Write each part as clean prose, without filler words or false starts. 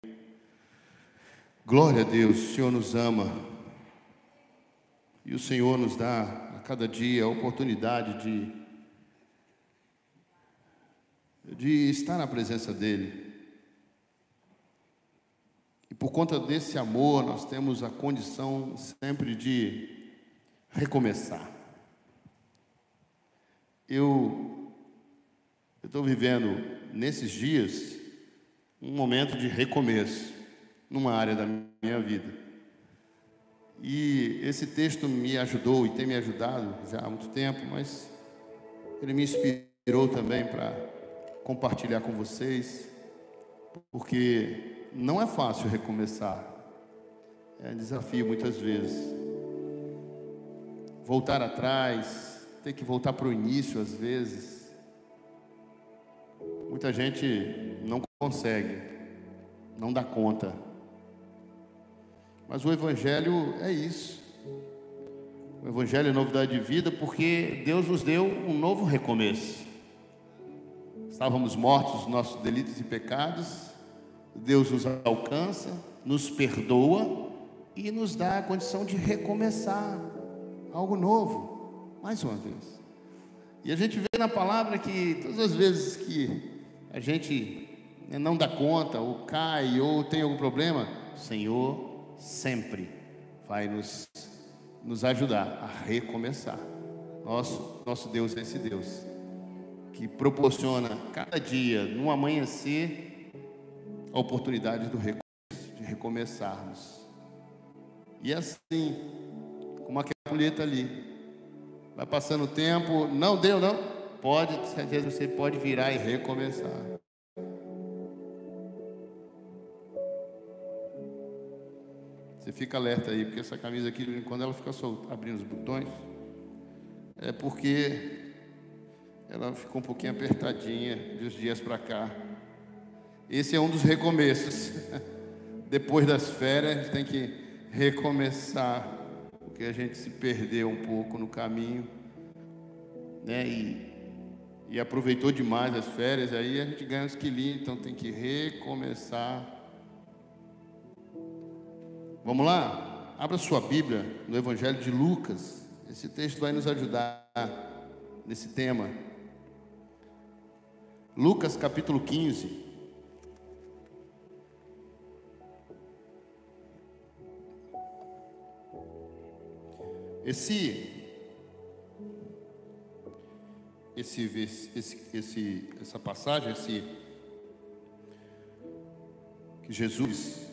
Glória a Deus, o Senhor nos ama e o Senhor nos dá a cada dia a oportunidade de estar na presença dEle. E por conta desse amor, nós temos a condição sempre de recomeçar. Eu estou vivendo nesses dias um momento de recomeço numa área da minha vida. E esse texto me ajudou e tem me ajudado já há muito tempo, mas ele me inspirou também para compartilhar com vocês, porque não é fácil recomeçar. É um desafio muitas vezes. Voltar atrás, ter que voltar para o início às vezes. Muita gente não consegue, não dá conta. Mas o Evangelho é isso. O Evangelho é novidade de vida porque Deus nos deu um novo recomeço. Estávamos mortos nos nossos delitos e pecados. Deus nos alcança, nos perdoa e nos dá a condição de recomeçar algo novo, mais uma vez. E a gente vê na palavra que todas as vezes que a gente não dá conta, ou cai, ou tem algum problema, o Senhor sempre vai nos ajudar a recomeçar. Nosso Deus é esse Deus que proporciona cada dia, no amanhecer, a oportunidade do recomeço, de recomeçarmos. E assim, como aquela muleta ali, vai passando o tempo, não deu, não? Pode, certeza, você pode virar e recomeçar. Você fica alerta aí, porque essa camisa aqui, quando ela fica solta, abrindo os botões, é porque ela ficou um pouquinho apertadinha de uns dias para cá. Esse é um dos recomeços. Depois das férias, a gente tem que recomeçar, porque a gente se perdeu um pouco no caminho, né? E aproveitou demais as férias, aí a gente ganha uns quilinhos, então tem que recomeçar. Vamos lá? Abra sua Bíblia no Evangelho de Lucas. Esse texto vai nos ajudar nesse tema. Lucas capítulo 15. Essa passagem, que Jesus,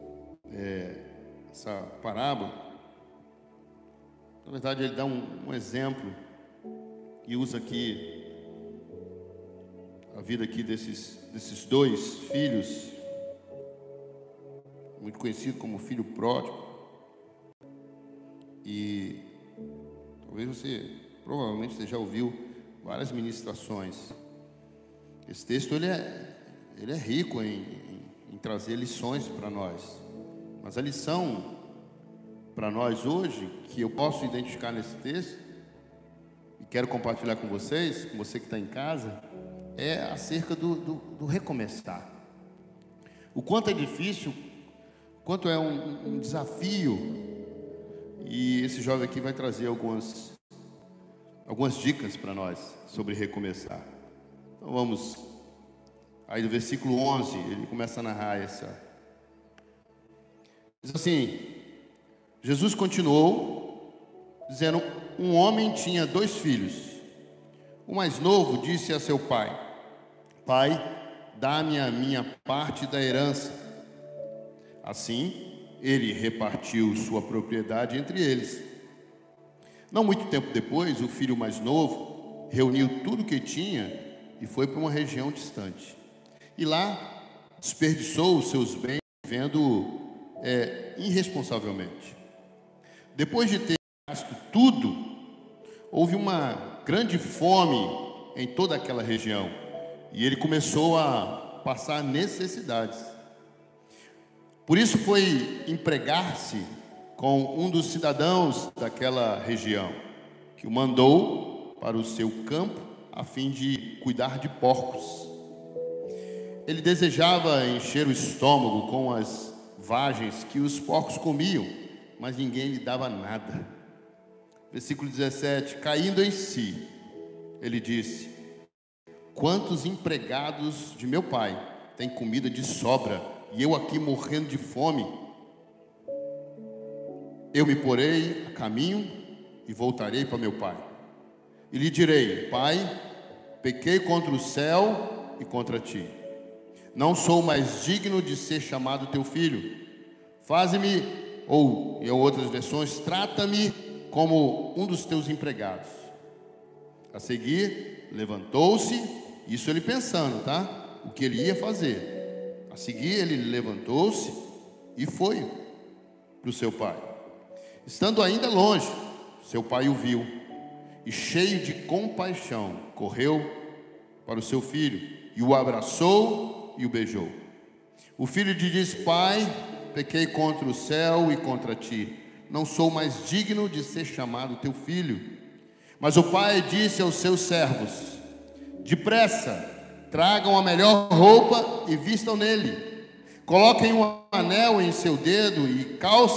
essa parábola, na verdade ele dá um exemplo e usa aqui a vida aqui desses dois filhos, muito conhecido como filho pródigo. E provavelmente você já ouviu várias ministrações. Esse texto ele é rico em trazer lições para nós. Mas a lição para nós hoje, que eu posso identificar nesse texto, e quero compartilhar com vocês, com você que está em casa, é acerca do recomeçar. O quanto é difícil, o quanto é um desafio. E esse jovem aqui vai trazer algumas dicas para nós sobre recomeçar. Então vamos, aí do versículo 11, ele começa a narrar diz assim: Jesus continuou, dizendo: um homem tinha 2 filhos. O mais novo disse a seu pai: Pai, dá-me a minha parte da herança. Assim, ele repartiu sua propriedade entre eles. Não muito tempo depois, o filho mais novo reuniu tudo o que tinha e foi para uma região distante. E lá desperdiçou os seus bens vivendo irresponsavelmente. Depois de ter gasto tudo, houve uma grande fome em toda aquela região e ele começou a passar necessidades. Por isso foi empregar-se com um dos cidadãos daquela região, que o mandou para o seu campo a fim de cuidar de porcos. Ele desejava encher o estômago com as vagens que os porcos comiam, mas ninguém lhe dava nada. Versículo 17: caindo em si, ele disse: quantos empregados de meu pai têm comida de sobra, e eu aqui morrendo de fome? Eu me porei a caminho e voltarei para meu pai, e lhe direi: pai, pequei contra o céu e contra ti, não sou mais digno de ser chamado teu filho. Faze-me, ou em outras versões, trata-me como um dos teus empregados. A seguir, levantou-se, isso ele pensando, tá? O que ele ia fazer. A seguir, ele levantou-se e foi para o seu pai. Estando ainda longe, seu pai o viu e, cheio de compaixão, correu para o seu filho e o abraçou e o beijou. O filho lhe disse: pai, pequei contra o céu e contra ti, não sou mais digno de ser chamado teu filho. Mas o pai disse aos seus servos: depressa, tragam a melhor roupa e vistam nele. Coloquem um anel em seu dedo e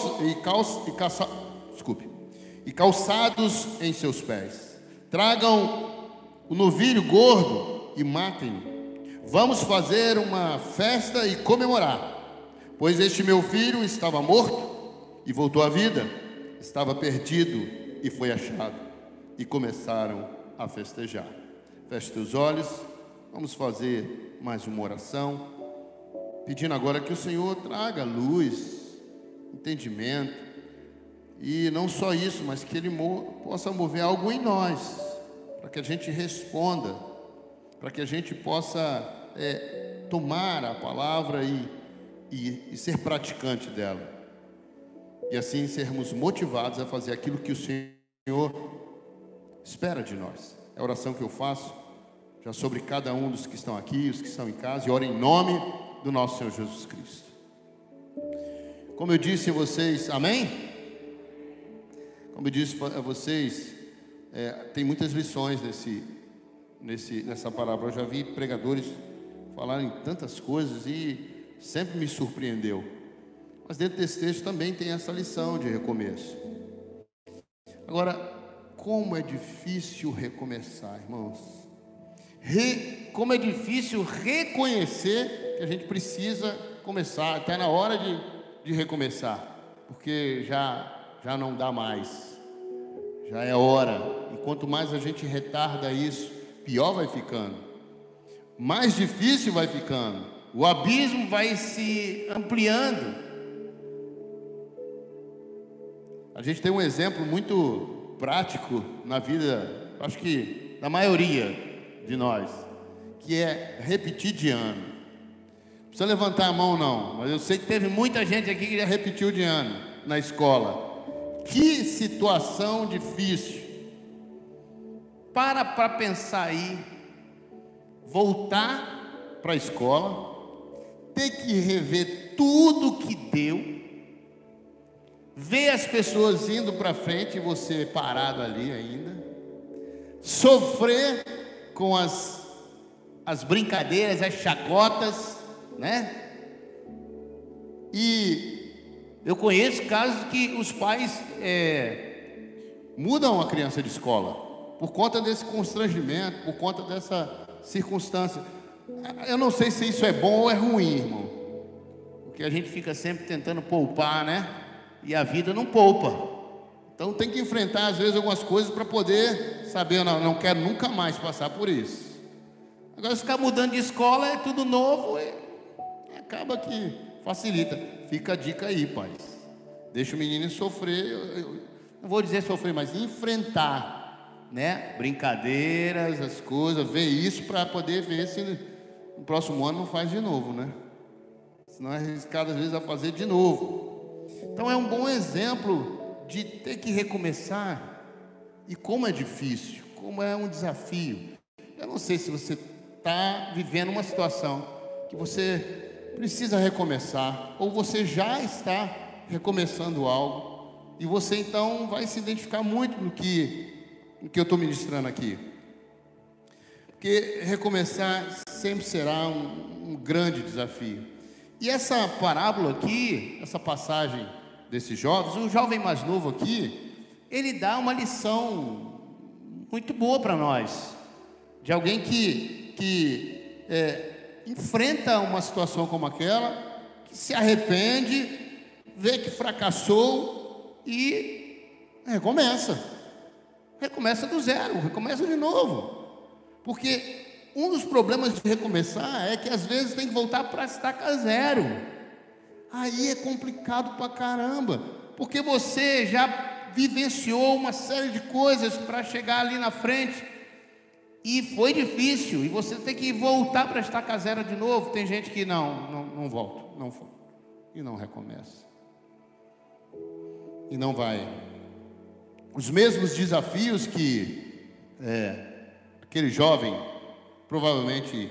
calçados em seus pés. Tragam o novilho gordo e matem-no. Vamos fazer uma festa e comemorar, pois este meu filho estava morto e voltou à vida, estava perdido e foi achado. E começaram a festejar. Feche teus olhos, vamos fazer mais uma oração, pedindo agora que o Senhor traga luz, entendimento, e não só isso, mas que Ele possa mover algo em nós, para que a gente responda, para que a gente possa tomar a palavra e ser praticante dela, e assim sermos motivados a fazer aquilo que o Senhor espera de nós. É a oração que eu faço já sobre cada um dos que estão aqui, os que estão em casa, e oro em nome do nosso Senhor Jesus Cristo. Como eu disse a vocês, amém? Como eu disse a vocês, tem muitas lições nessa palavra. Eu já vi pregadores falarem tantas coisas e sempre me surpreendeu. Mas dentro desse texto também tem essa lição de recomeço. Agora, como é difícil recomeçar, irmãos. Como é difícil reconhecer que a gente precisa começar. Está na hora de recomeçar, porque já não dá mais. Já é hora. E quanto mais a gente retarda isso, pior vai ficando. Mais difícil vai ficando. O abismo vai se ampliando. A gente tem um exemplo muito prático na vida, acho que da maioria de nós, que é repetir de ano. Não precisa levantar a mão não, mas eu sei que teve muita gente aqui que já repetiu de ano na escola. Que situação difícil. Para pensar aí, voltar para a escola, ter que rever tudo que deu, ver as pessoas indo para frente e você parado ali ainda, sofrer com as brincadeiras, as chacotas, né? E eu conheço casos que os pais mudam a criança de escola por conta desse constrangimento, por conta dessa circunstância. Eu não sei se isso é bom ou é ruim, irmão, porque a gente fica sempre tentando poupar, né? E a vida não poupa. Então tem que enfrentar às vezes algumas coisas para poder saber, não quero nunca mais passar por isso. Agora, se ficar mudando de escola, é tudo novo, acaba que facilita. Fica a dica aí, pais. Deixa o menino sofrer, eu não vou dizer sofrer, mas enfrentar, né? Brincadeiras, as coisas, ver isso para poder ver se no próximo ano não faz de novo, né? Senão é arriscado às vezes a fazer de novo. Então é um bom exemplo de ter que recomeçar, e como é difícil, como é um desafio. Eu não sei se você está vivendo uma situação que você precisa recomeçar, ou você já está recomeçando algo, e você então vai se identificar muito no que eu estou ministrando aqui. porque recomeçar sempre será um grande desafio. E essa parábola aqui, essa passagem desses jovens, o jovem mais novo aqui, ele dá uma lição muito boa para nós, de alguém que enfrenta uma situação como aquela, que se arrepende, vê que fracassou e recomeça do zero, recomeça de novo, porque um dos problemas de recomeçar é que às vezes tem que voltar para estaca zero. Aí é complicado pra caramba, porque você já vivenciou uma série de coisas para chegar ali na frente e foi difícil, e você tem que voltar para estaca zero de novo. Tem gente que não volta, não foi, e não recomeça, e não vai. Os mesmos desafios que aquele jovem provavelmente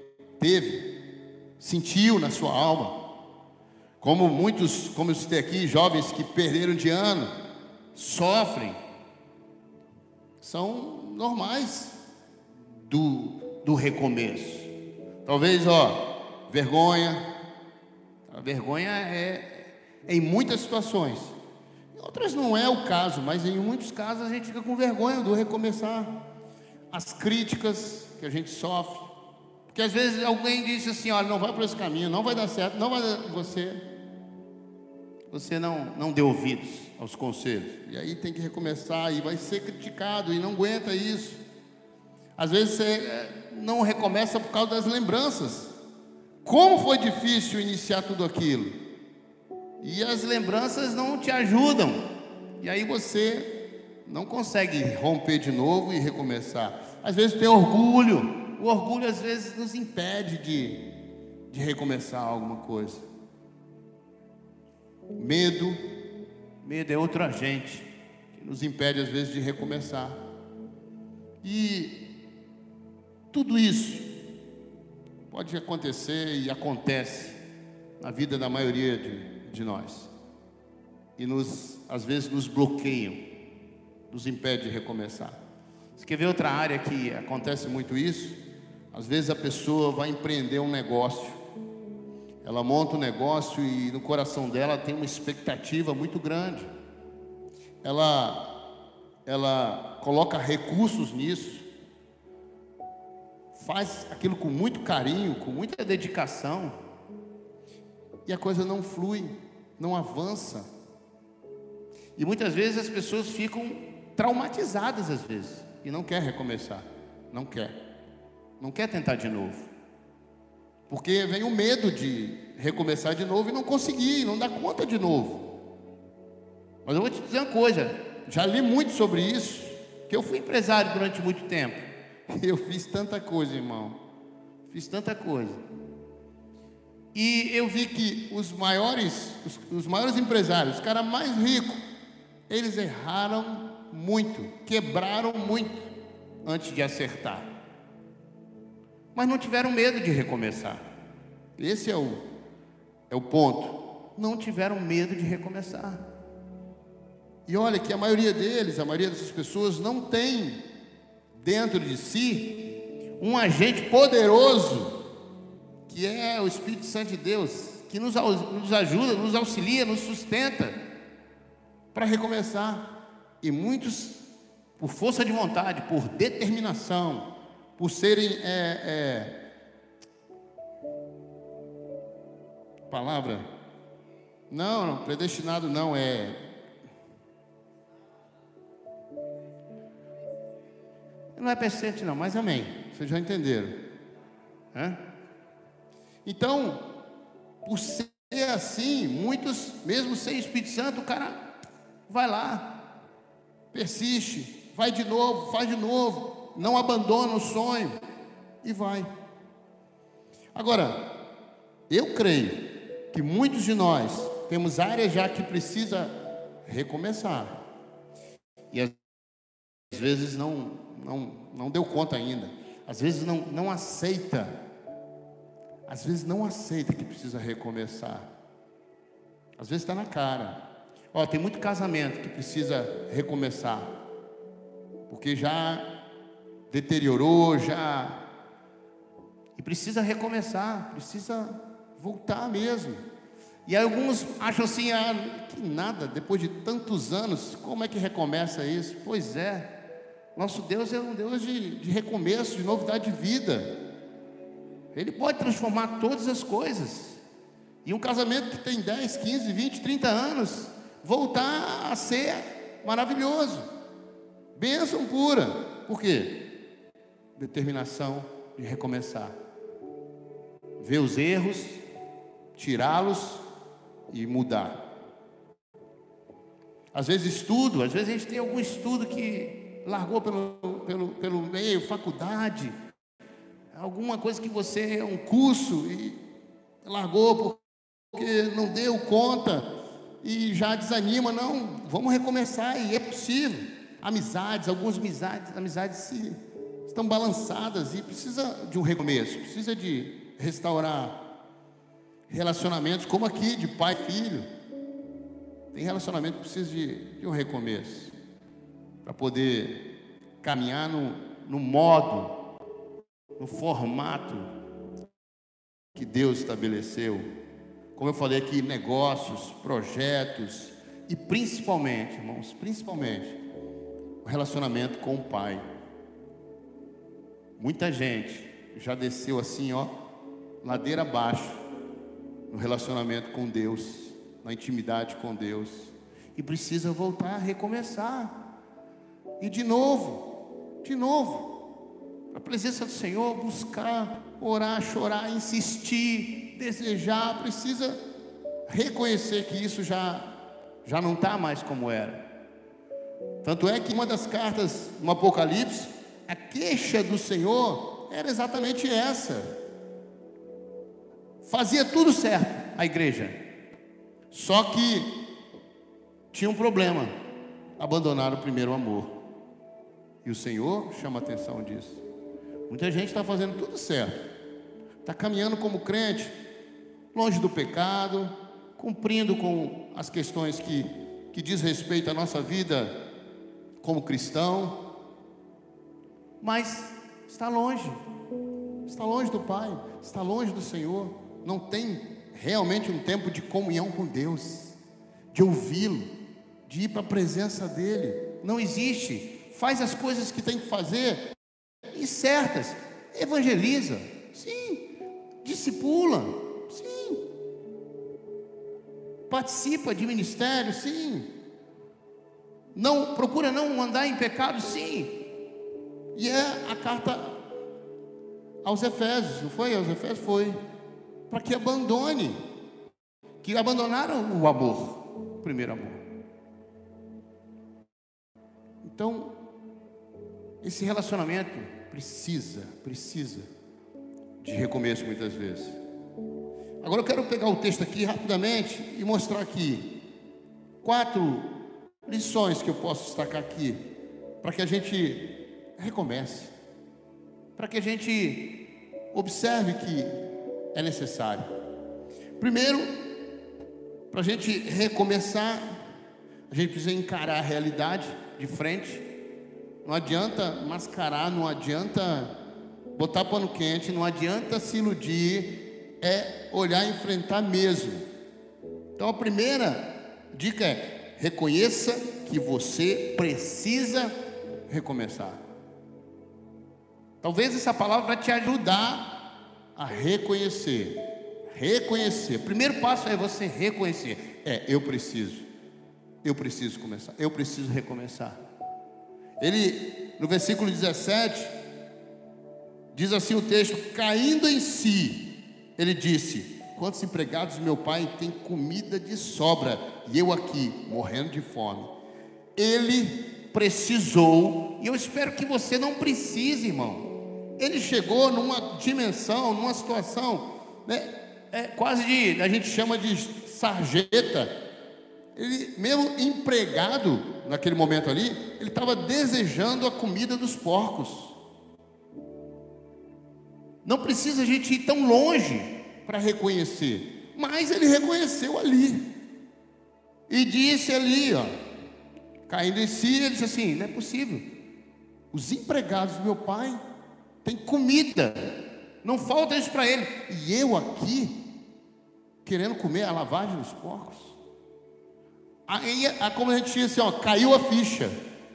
sentiu na sua alma, como muitos, como eu citei aqui, jovens que perderam de ano, sofrem, são normais do recomeço. Talvez, vergonha. A vergonha é em muitas situações. Em outras não é o caso, mas em muitos casos a gente fica com vergonha do recomeçar. As críticas que a gente sofre, porque às vezes alguém disse assim: olha, não vai por esse caminho, não vai dar certo, não vai dar, você não deu ouvidos aos conselhos, e aí tem que recomeçar, e vai ser criticado, e não aguenta isso. Às vezes você não recomeça por causa das lembranças. Como foi difícil iniciar tudo aquilo, e as lembranças não te ajudam, e aí você não consegue romper de novo e recomeçar. Às vezes tem orgulho. O orgulho às vezes nos impede de recomeçar alguma coisa. Medo é outro agente que nos impede às vezes de recomeçar. E tudo isso pode acontecer e acontece na vida da maioria de nós, e às vezes nos bloqueiam, nos impede de recomeçar. Você quer ver outra área que acontece muito isso? Às vezes a pessoa vai empreender um negócio, ela monta um negócio e no coração dela tem uma expectativa muito grande. Ela coloca recursos nisso, faz aquilo com muito carinho, com muita dedicação, e a coisa não flui, não avança. E muitas vezes as pessoas ficam traumatizadas às vezes, e não quer recomeçar, não quer tentar de novo, porque vem o medo de recomeçar de novo e não conseguir, não dar conta de novo. Mas eu vou te dizer uma coisa, já li muito sobre isso, que eu fui empresário durante muito tempo, e eu fiz tanta coisa, irmão, e eu vi que os maiores empresários, os caras mais ricos, eles erraram muito, quebraram muito antes de acertar, mas não tiveram medo de recomeçar. Esse é o ponto. Não tiveram medo de recomeçar. E olha que a maioria dessas pessoas não tem dentro de si um agente poderoso, que é o Espírito Santo de Deus, que nos ajuda, nos auxilia, nos sustenta para recomeçar. E muitos, por força de vontade, por determinação, por serem palavra, não, predestinado não é persistente não, mas amém, vocês já entenderam, Então, por ser assim, muitos, mesmo sem Espírito Santo, o cara vai lá, persiste, vai de novo, faz de novo, não abandona o sonho e vai. Agora, eu creio que muitos de nós temos áreas já que precisa recomeçar, e às vezes não deu conta ainda, às vezes não aceita, que precisa recomeçar. Às vezes está na cara. Tem muito casamento que precisa recomeçar, porque já deteriorou, já E precisa recomeçar, precisa voltar mesmo. E aí alguns acham assim, que nada, depois de tantos anos, como é que recomeça isso? Pois é, nosso Deus é um Deus de recomeço, de novidade de vida. Ele pode transformar todas as coisas. E um casamento que tem 10, 15, 20, 30 anos, voltar a ser maravilhoso. Bênção pura. Por quê? Determinação de recomeçar. Ver os erros, tirá-los e mudar. Às vezes a gente tem algum estudo que largou pelo meio, faculdade, alguma coisa que você, um curso, e largou porque não deu conta e já desanima. Não, vamos recomeçar, e é possível. Algumas amizades estão balançadas e precisa de um recomeço, precisa de restaurar relacionamentos, como aqui, de pai e filho. Tem relacionamento que precisa de um recomeço, para poder caminhar no modo, no formato que Deus estabeleceu. Como eu falei aqui, negócios, projetos e principalmente, irmãos, o relacionamento com o Pai. Muita gente já desceu assim, ladeira abaixo, no relacionamento com Deus, na intimidade com Deus, e precisa voltar a recomeçar, e de novo, a presença do Senhor, buscar, orar, chorar, insistir, desejar. Precisa reconhecer que isso já não está mais como era. Tanto é que uma das cartas no Apocalipse, a queixa do Senhor era exatamente essa. Fazia tudo certo a igreja, só que tinha um problema: abandonaram o primeiro amor. E o Senhor chama a atenção disso. Muita gente está fazendo tudo certo, está caminhando como crente, longe do pecado, cumprindo com as questões que diz respeito à nossa vida como cristão, mas está longe do Pai, está longe do Senhor. Não tem realmente um tempo de comunhão com Deus, de ouvi-lo, de ir para a presença dEle. Não existe. Faz as coisas que tem que fazer, e certas. Evangeliza, sim. Discipula, sim. Participa de ministério, sim. Procura não andar em pecado, sim. E é a carta aos Efésios, não foi? Aos Efésios foi. Para que abandonaram o amor, o primeiro amor. Então, esse relacionamento precisa de recomeço muitas vezes. Agora eu quero pegar o texto aqui rapidamente e mostrar aqui 4 lições que eu posso destacar aqui, para que a gente recomece, para que a gente observe que é necessário. Primeiro, para a gente recomeçar, a gente precisa encarar a realidade de frente. Não adianta mascarar, não adianta botar pano quente, não adianta se iludir, é olhar e enfrentar mesmo. Então a primeira dica é: reconheça que você precisa recomeçar. Talvez essa palavra vai te ajudar a reconhecer. O primeiro passo é você reconhecer. Eu preciso começar, eu preciso recomeçar. Ele, no versículo 17, diz assim o texto: caindo em si, ele disse: quantos empregados meu pai tem comida de sobra, e eu aqui morrendo de fome. Ele precisou, e eu espero que você não precise, irmão. Ele chegou numa dimensão, numa situação, quase a gente chama de sarjeta. Ele, mesmo empregado naquele momento ali, ele estava desejando a comida dos porcos. Não precisa a gente ir tão longe para reconhecer, mas ele reconheceu ali e disse ali, caindo em si, ele disse assim: não é possível, os empregados do meu pai têm comida Não falta isso para ele. E eu aqui, querendo comer a lavagem dos porcos. Aí, como a gente diz assim, ó, caiu a ficha.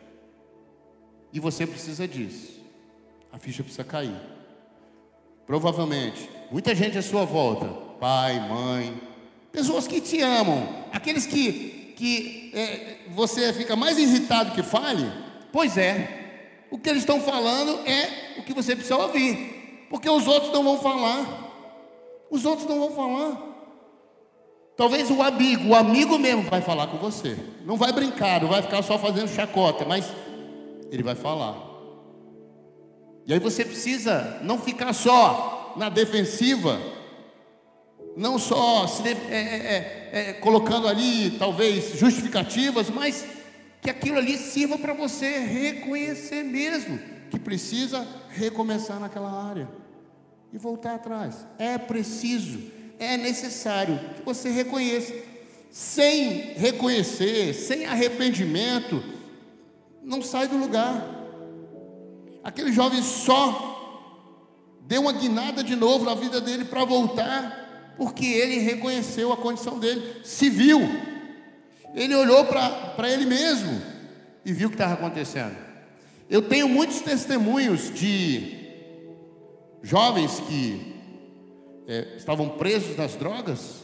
E você precisa disso. A ficha precisa cair. Provavelmente, muita gente à sua volta, pai, mãe, pessoas que te amam, aqueles que você fica mais irritado que fale. Pois é, o que eles estão falando é o que você precisa ouvir, porque os outros não vão falar. Os outros não vão falar. Talvez o amigo mesmo vai falar com você. Não vai brincar, não vai ficar só fazendo chacota, mas ele vai falar. E aí você precisa não ficar só na defensiva, não só colocando ali talvez justificativas, mas que aquilo ali sirva para você reconhecer mesmo que precisa recomeçar naquela área e voltar atrás. É preciso, é necessário que você reconheça. Sem reconhecer, sem arrependimento, não sai do lugar. Aquele jovem só deu uma guinada de novo na vida dele para voltar, porque ele reconheceu a condição dele, se viu. Ele olhou para ele mesmo e viu o que estava acontecendo. Eu tenho muitos testemunhos de jovens que estavam presos nas drogas,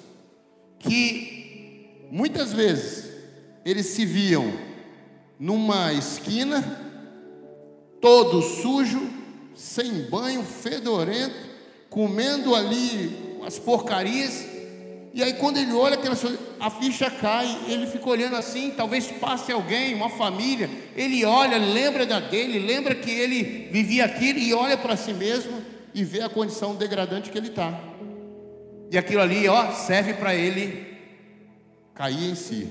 que muitas vezes eles se viam numa esquina, todo sujo, sem banho, fedorento, comendo ali as porcarias. E aí quando ele olha a ficha cai, ele fica olhando assim, talvez passe alguém, uma família, ele olha, lembra dele, lembra que ele vivia aquilo e olha para si mesmo e vê a condição degradante que ele está. E aquilo ali, ó, serve para ele cair em si.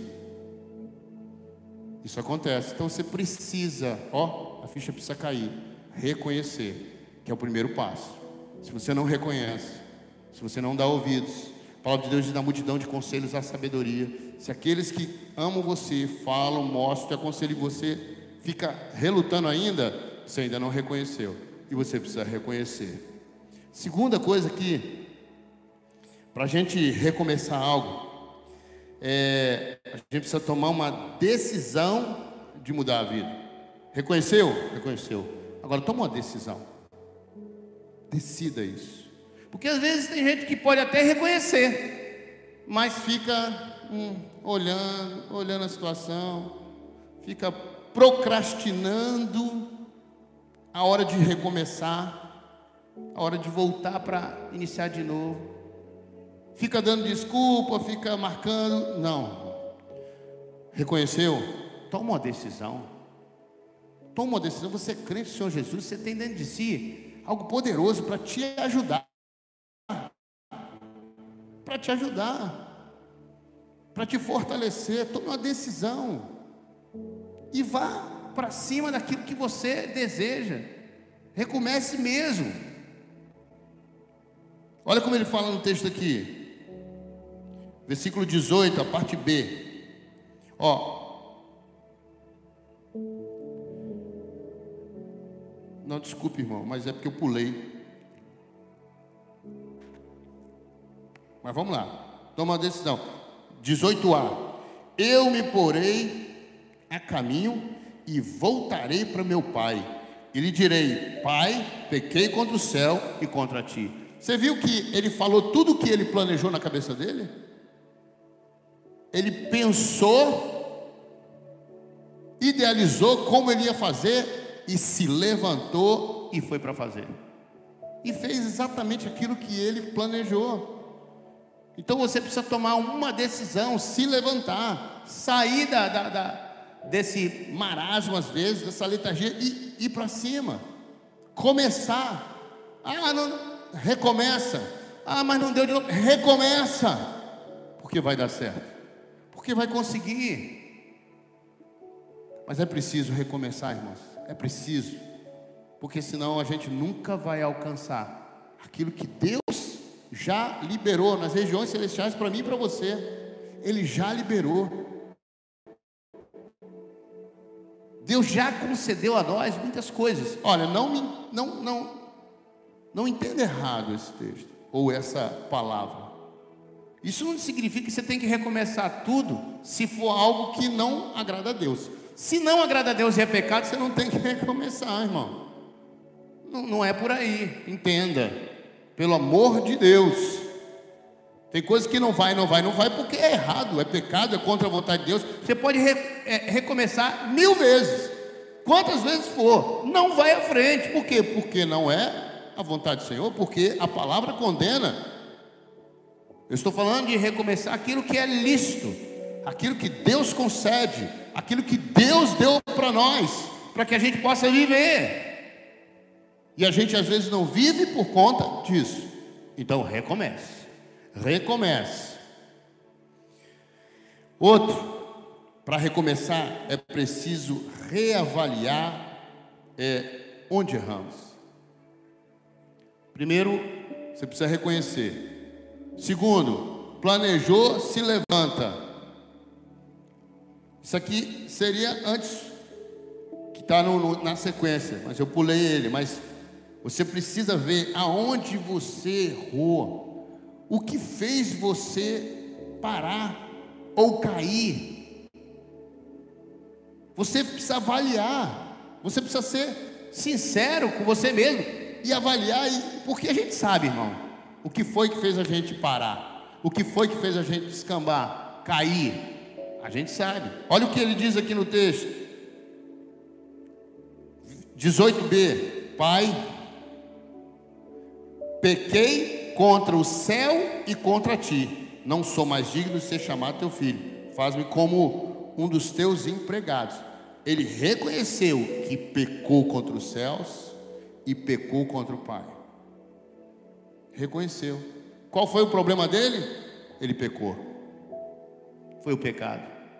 Isso acontece. Então você precisa, a ficha precisa cair, reconhecer, que é o primeiro passo. Se você não reconhece, se você não dá ouvidos, a palavra de Deus diz: na multidão de conselhos há sabedoria. Se aqueles que amam você falam, mostram, te aconselham, e você fica relutando ainda, você ainda não reconheceu, e você precisa reconhecer. Segunda coisa aqui, para a gente recomeçar algo, a gente precisa tomar uma decisão de mudar a vida. Reconheceu? Reconheceu. Agora toma uma decisão. Decida isso. Porque às vezes tem gente que pode até reconhecer, mas fica olhando a situação, fica procrastinando a hora de recomeçar, a hora de voltar para iniciar de novo. Fica dando desculpa, fica marcando. Não. Reconheceu? Toma uma decisão. Toma uma decisão. Você é crente no Senhor Jesus, você tem dentro de si algo poderoso para te ajudar. Para te ajudar. Para te fortalecer. Tome uma decisão. E vá para cima daquilo que você deseja. Recomece mesmo. Olha como ele fala no texto aqui. Versículo 18, a parte B. Não, desculpe, irmão, mas é porque eu pulei. Mas vamos lá. Toma uma decisão. 18a. Eu me porei a caminho e voltarei para meu pai. E lhe direi: Pai, pequei contra o céu e contra ti. Você viu que ele falou tudo o que ele planejou na cabeça dele? Ele pensou, idealizou como ele ia fazer e se levantou e foi para fazer. E fez exatamente aquilo que ele planejou. Então você precisa tomar uma decisão, se levantar, sair desse marasmo às vezes, dessa letargia e ir para cima. Começar. Recomeça. Mas não deu de novo. Recomeça. Porque vai dar certo. Porque vai conseguir. Mas é preciso recomeçar, irmãos. É preciso. Porque senão a gente nunca vai alcançar aquilo que Deus já liberou nas regiões celestiais para mim e para você. Ele já liberou. Deus já concedeu a nós muitas coisas. Olha, Não entenda errado esse texto, ou essa palavra. Isso não significa que você tem que recomeçar tudo, se for algo que não agrada a Deus. Se não agrada a Deus e é pecado, você não tem que recomeçar, irmão. Não é por aí, entenda. Pelo amor de Deus. Tem coisa que não vai porque é errado, é pecado, é contra a vontade de Deus. Você pode recomeçar 1000 vezes, quantas vezes for, não vai à frente. Por quê? Porque não é a vontade do Senhor, porque a palavra condena. Eu estou falando de recomeçar aquilo que é lícito, aquilo que Deus concede, aquilo que Deus deu para nós, para que a gente possa viver. E a gente às vezes não vive por conta disso. Então recomece. Outro, para recomeçar é preciso reavaliar onde erramos. Primeiro, você precisa reconhecer. Segundo, planejou, se levanta. Isso aqui seria antes, que está na sequência, mas eu pulei ele. Mas você precisa ver aonde você errou, o que fez você parar ou cair. Você precisa avaliar, você precisa ser sincero com você mesmo e avaliar, porque a gente sabe, irmão, o que foi que fez a gente parar, o que foi que fez a gente descambar, cair. A gente sabe. Olha o que ele diz aqui no texto 18b: Pai, pequei contra o céu e contra ti, não sou mais digno de ser chamado teu filho, faz-me como um dos teus empregados. Ele reconheceu que pecou contra os céus e pecou contra o Pai. Reconheceu. Qual foi o problema dele? Ele pecou. Foi o pecado.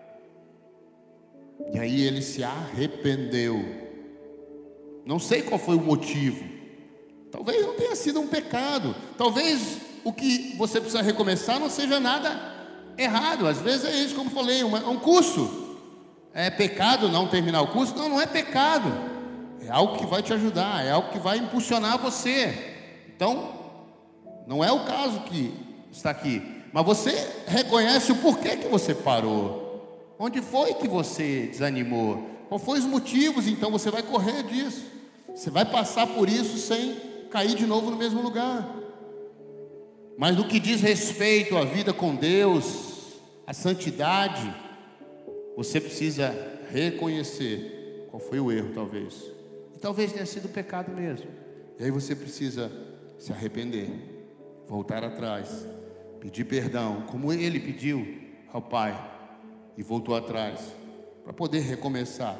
E aí ele se arrependeu. Não sei qual foi o motivo. Talvez não tenha sido um pecado. Talvez o que você precisa recomeçar não seja nada errado. Às vezes é isso, como falei, um curso. É pecado não terminar o curso? Não, não é pecado. É algo que vai te ajudar, é algo que vai impulsionar você. Então, não é o caso que está aqui. Mas você reconhece o porquê que você parou. Onde foi que você desanimou? Quais foram os motivos? Então você vai correr disso. Você vai passar por isso sem cair de novo no mesmo lugar. Mas no que diz respeito à vida com Deus, à santidade, você precisa reconhecer qual foi o erro, talvez. E talvez tenha sido pecado mesmo. E aí você precisa se arrepender, voltar atrás, pedir perdão, como ele pediu ao Pai, e voltou atrás, para poder recomeçar.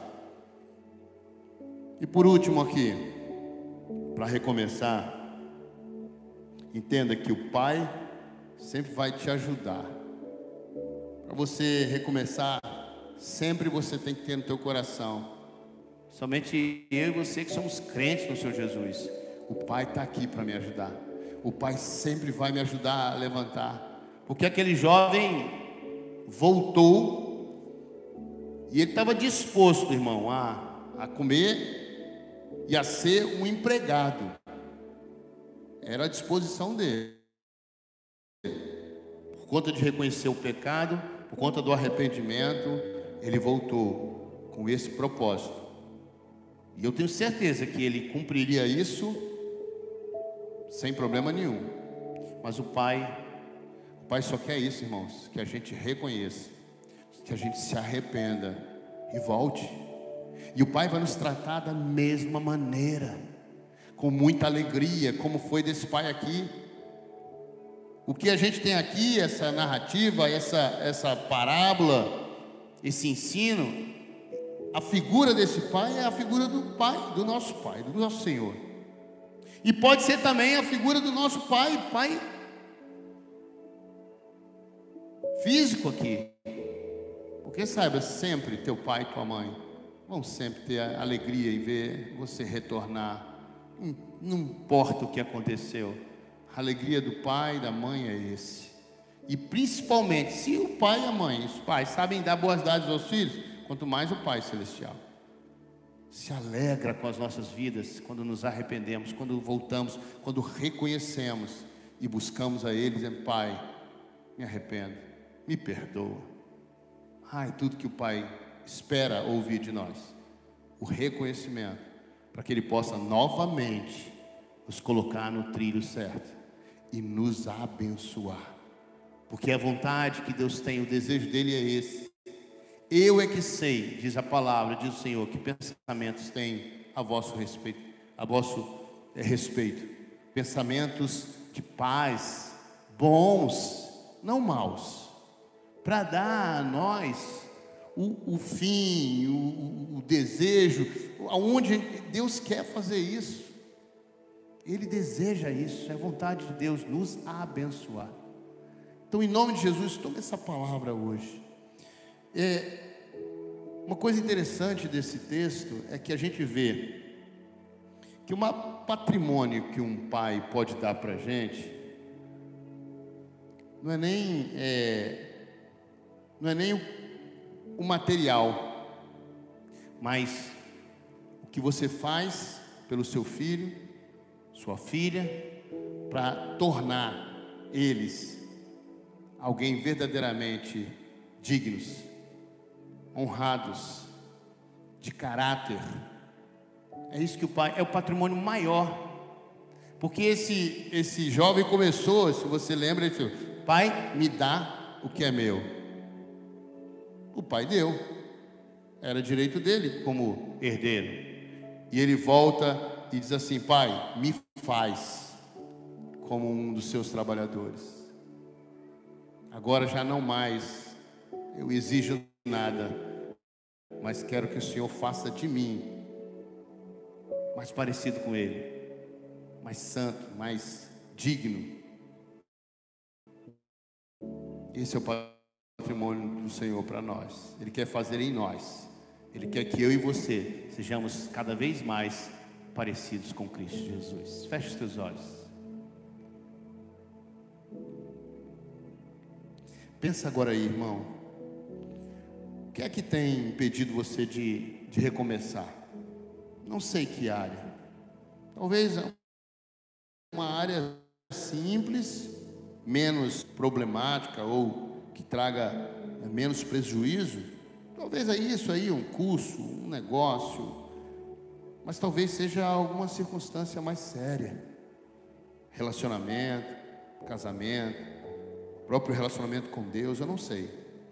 E por último aqui, para recomeçar, entenda que o Pai sempre vai te ajudar. Para você recomeçar, sempre você tem que ter no teu coração, somente eu e você que somos crentes no Senhor Jesus, o Pai está aqui para me ajudar. O Pai sempre vai me ajudar a levantar. Porque aquele jovem voltou e ele estava disposto, irmão, a comer e a ser um empregado. Era a disposição dele. Por conta de reconhecer o pecado, por conta do arrependimento, ele voltou com esse propósito. E eu tenho certeza que ele cumpriria isso sem problema nenhum. Mas o Pai só quer isso, irmãos, que a gente reconheça, que a gente se arrependa e volte. E o Pai vai nos tratar da mesma maneira, com muita alegria, como foi desse pai aqui. O que a gente tem aqui, essa narrativa, essa parábola, esse ensino, a figura desse pai é a figura do Pai, do nosso Senhor. E pode ser também a figura do nosso pai físico aqui. Porque saiba, sempre teu pai e tua mãe vão sempre ter a alegria em ver você retornar. Não importa o que aconteceu, a alegria do pai e da mãe é esse. E principalmente, se o pai e a mãe, os pais sabem dar boas dádivas aos filhos, quanto mais o Pai Celestial. se alegra com as nossas vidas quando nos arrependemos, quando voltamos, quando reconhecemos e buscamos a Ele, dizendo: Pai, me arrependo, me perdoa. Ai, tudo que o Pai espera ouvir de nós, o reconhecimento, para que Ele possa novamente nos colocar no trilho certo e nos abençoar, porque a vontade que Deus tem, o desejo dele é esse. Eu é que sei, diz a palavra, diz o Senhor, que pensamentos tem a vosso respeito, pensamentos de paz, bons, não maus, para dar a nós o fim, o desejo, aonde Deus quer fazer isso. Ele deseja isso, é vontade de Deus nos abençoar. Então, em nome de Jesus, tome essa palavra hoje. Uma coisa interessante desse texto é que a gente vê que o patrimônio que um pai pode dar para a gente não é nem o material, mas o que você faz pelo seu filho, sua filha, para tornar eles alguém verdadeiramente dignos, honrados, de caráter. É isso que o pai, é o patrimônio maior. Porque esse jovem começou, se você lembra, ele falou: Pai, me dá o que é meu. O pai deu, era direito dele como herdeiro. E ele volta e diz assim: Pai, me faz como um dos seus trabalhadores. Agora já não mais eu exijo nada, mas quero que o Senhor faça de mim mais parecido com Ele, mais santo, mais digno. Esse é o patrimônio do Senhor para nós. Ele quer fazer em nós. Ele quer que eu e você sejamos cada vez mais parecidos com Cristo Jesus. Feche os teus olhos. Pensa agora aí, irmão. O que é que tem impedido você de recomeçar? Não sei que área. Talvez uma área simples, menos problemática, ou que traga menos prejuízo. Talvez é isso aí, um curso, um negócio. Mas talvez seja alguma circunstância mais séria. Relacionamento, casamento, próprio relacionamento com Deus, eu não sei.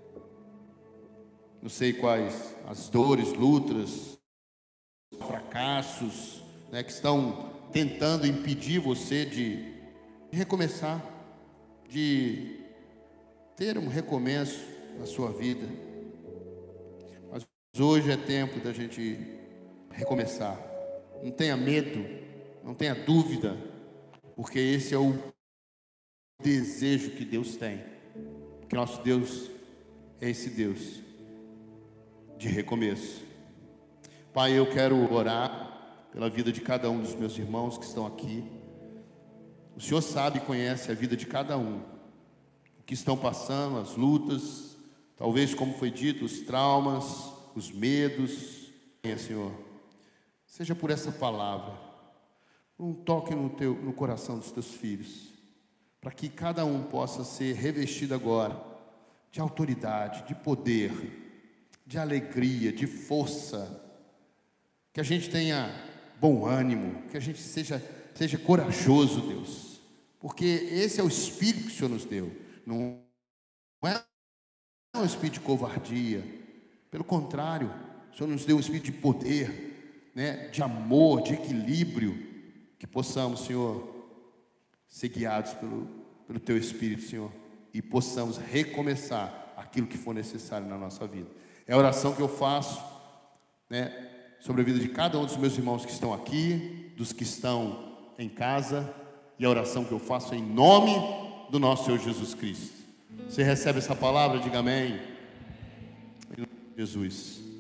Não sei quais as dores, lutas, fracassos, que estão tentando impedir você de recomeçar, de ter um recomeço na sua vida. Mas hoje é tempo da gente recomeçar. Não tenha medo, não tenha dúvida, porque esse é o desejo que Deus tem. Porque nosso Deus é esse Deus de recomeço. Pai, eu quero orar pela vida de cada um dos meus irmãos que estão aqui. O Senhor sabe e conhece a vida de cada um, o que estão passando, as lutas, talvez, como foi dito, os traumas, os medos. Senhor, seja por essa palavra um toque no coração dos teus filhos, para que cada um possa ser revestido agora de autoridade, de poder, de alegria, de força, que a gente tenha bom ânimo, que a gente seja corajoso, Deus, porque esse é o Espírito que o Senhor nos deu, não é um Espírito de covardia, pelo contrário, o Senhor nos deu um Espírito de poder, de amor, de equilíbrio, que possamos, Senhor, ser guiados pelo Teu Espírito, Senhor, e possamos recomeçar aquilo que for necessário na nossa vida. É a oração que eu faço, sobre a vida de cada um dos meus irmãos que estão aqui, dos que estão em casa, e a oração que eu faço em nome do nosso Senhor Jesus Cristo. Você recebe essa palavra? Diga amém. Em nome de Jesus.